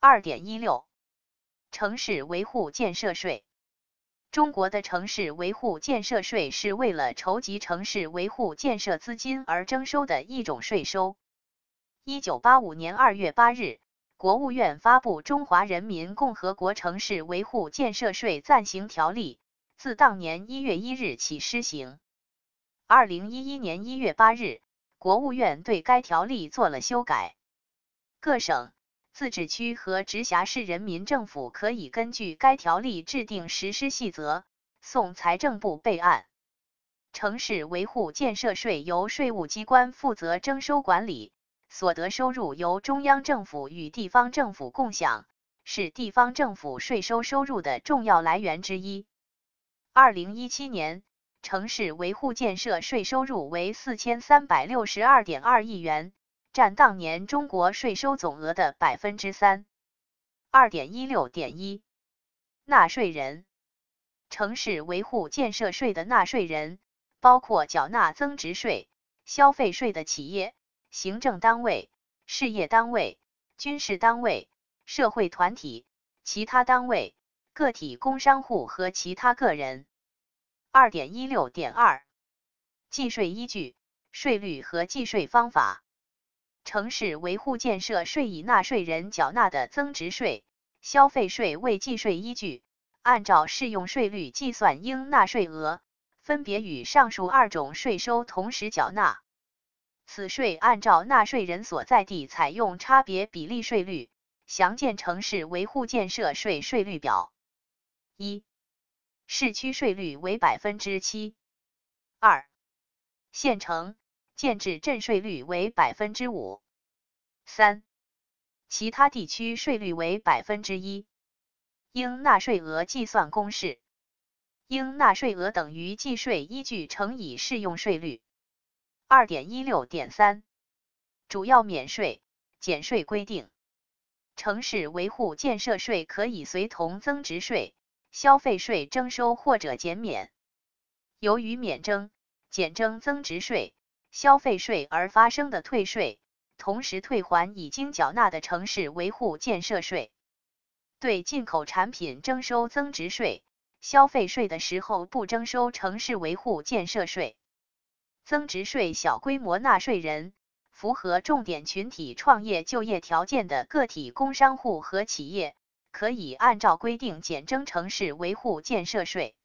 2.16城市维护建设税。中国的城市维护建设税是为了筹集城市维护建设资金而征收的一种税收。1985年2月8日，国务院发布《中华人民共和国城市维护建设税暂行条例》，自当年1月1日起施行。2011年1月8日，国务院对该条例做了修改。各省、自治区和直辖市人民政府可以根据该条例制定实施细则，送财政部备案。城市维护建设税由税务机关负责征收管理，所得收入由中央政府与地方政府共享，是地方政府税收收入的重要来源之一。2017年，城市维护建设税收入为4362.2亿元，占当年中国税收总额的 3%。2.16.1 纳税人。城市维护建设税的纳税人，包括缴纳增值税、消费税的企业、行政单位、事业单位、军事单位、社会团体、其他单位、个体工商户和其他个人。2.16.2 计税依据、税率和计税方法。城市维护建设税以纳税人缴纳的增值税、消费税为计税依据，按照适用税率计算应纳税额，分别与上述2种税收同时缴纳。此税按照纳税人所在地采用差别比例税率，详见城市维护建设税税率表。1. 市区税率为 7%。2. 县城、县治镇税率为 5%。3. 其他地区税率为 1%。应纳税额计算公式：应纳税额等于计税依据乘以适用税率。2.16.3 主要免税、减税规定。城市维护建设税可以随同增值税、消费税征收或者减免。由于免征、减征增值税、消费税而发生的退税，同时退还已经缴纳的城市维护建设税。对进口产品征收增值税、消费税的时候不征收城市维护建设税。增值税小规模纳税人，符合重点群体创业就业条件的个体工商户和企业，可以按照规定减征城市维护建设税。